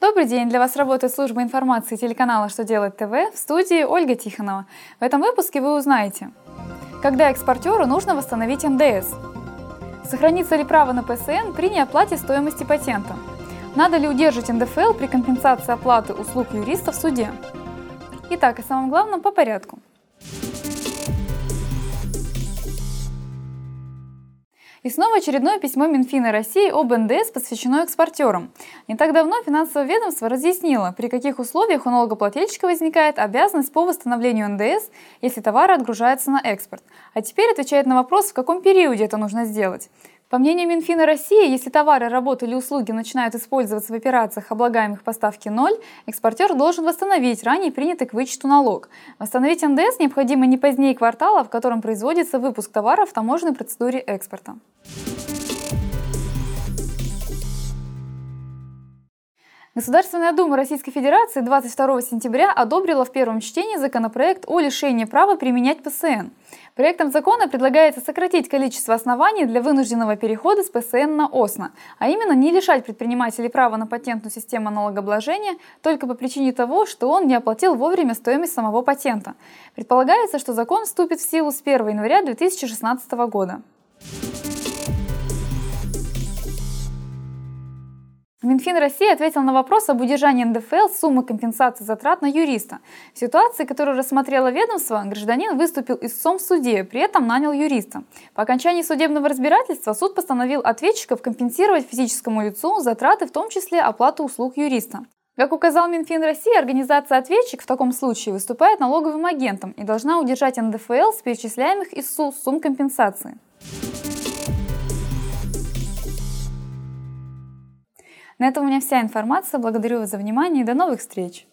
Добрый день! Для вас работает служба информации телеканала «Что делать ТВ», в студии Ольга Тихонова. В этом выпуске вы узнаете, когда экспортеру нужно восстановить НДС, сохранится ли право на ПСН при неоплате стоимости патента, надо ли удерживать НДФЛ при компенсации оплаты услуг юриста в суде. Итак, о самом главном по порядку. И снова очередное письмо Минфина России об НДС посвящено экспортерам. Не так давно финансовое ведомство разъяснило, при каких условиях у налогоплательщика возникает обязанность по восстановлению НДС, если товары отгружаются на экспорт. А теперь отвечает на вопрос, в каком периоде это нужно сделать. По мнению Минфина России, если товары, работы или услуги начинают использоваться в операциях, облагаемых по ставке 0, экспортер должен восстановить ранее принятый к вычету налог. Восстановить НДС необходимо не позднее квартала, в котором производится выпуск товаров в таможенной процедуре экспорта. Государственная дума Российской Федерации 22 сентября одобрила в первом чтении законопроект о лишении права применять ПСН. Проектом закона предлагается сократить количество оснований для вынужденного перехода с ПСН на ОСНО, а именно не лишать предпринимателей права на патентную систему налогообложения только по причине того, что он не оплатил вовремя стоимость самого патента. Предполагается, что закон вступит в силу с 1 января 2016 года. Минфин России ответил на вопрос об удержании НДФЛ суммы компенсации затрат на юриста. В ситуации, которую рассмотрело ведомство, гражданин выступил истцом в суде, при этом нанял юриста. По окончании судебного разбирательства суд постановил ответчиков компенсировать физическому лицу затраты, в том числе оплату услуг юриста. Как указал Минфин России, организация-ответчик в таком случае выступает налоговым агентом и должна удержать НДФЛ с перечисляемых из СУ сумм компенсации. На этом у меня вся информация. Благодарю вас за внимание и до новых встреч!